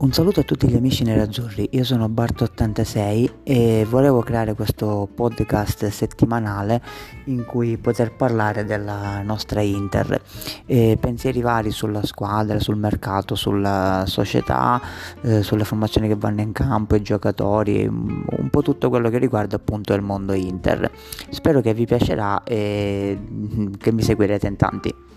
Un saluto a tutti gli amici nerazzurri, io sono Bart86 e volevo creare questo podcast settimanale in cui poter parlare della nostra Inter, pensieri vari sulla squadra, sul mercato, sulla società, sulle formazioni che vanno in campo, i giocatori, un po' tutto quello che riguarda appunto il mondo Inter. Spero che vi piacerà e che mi seguirete in tanti.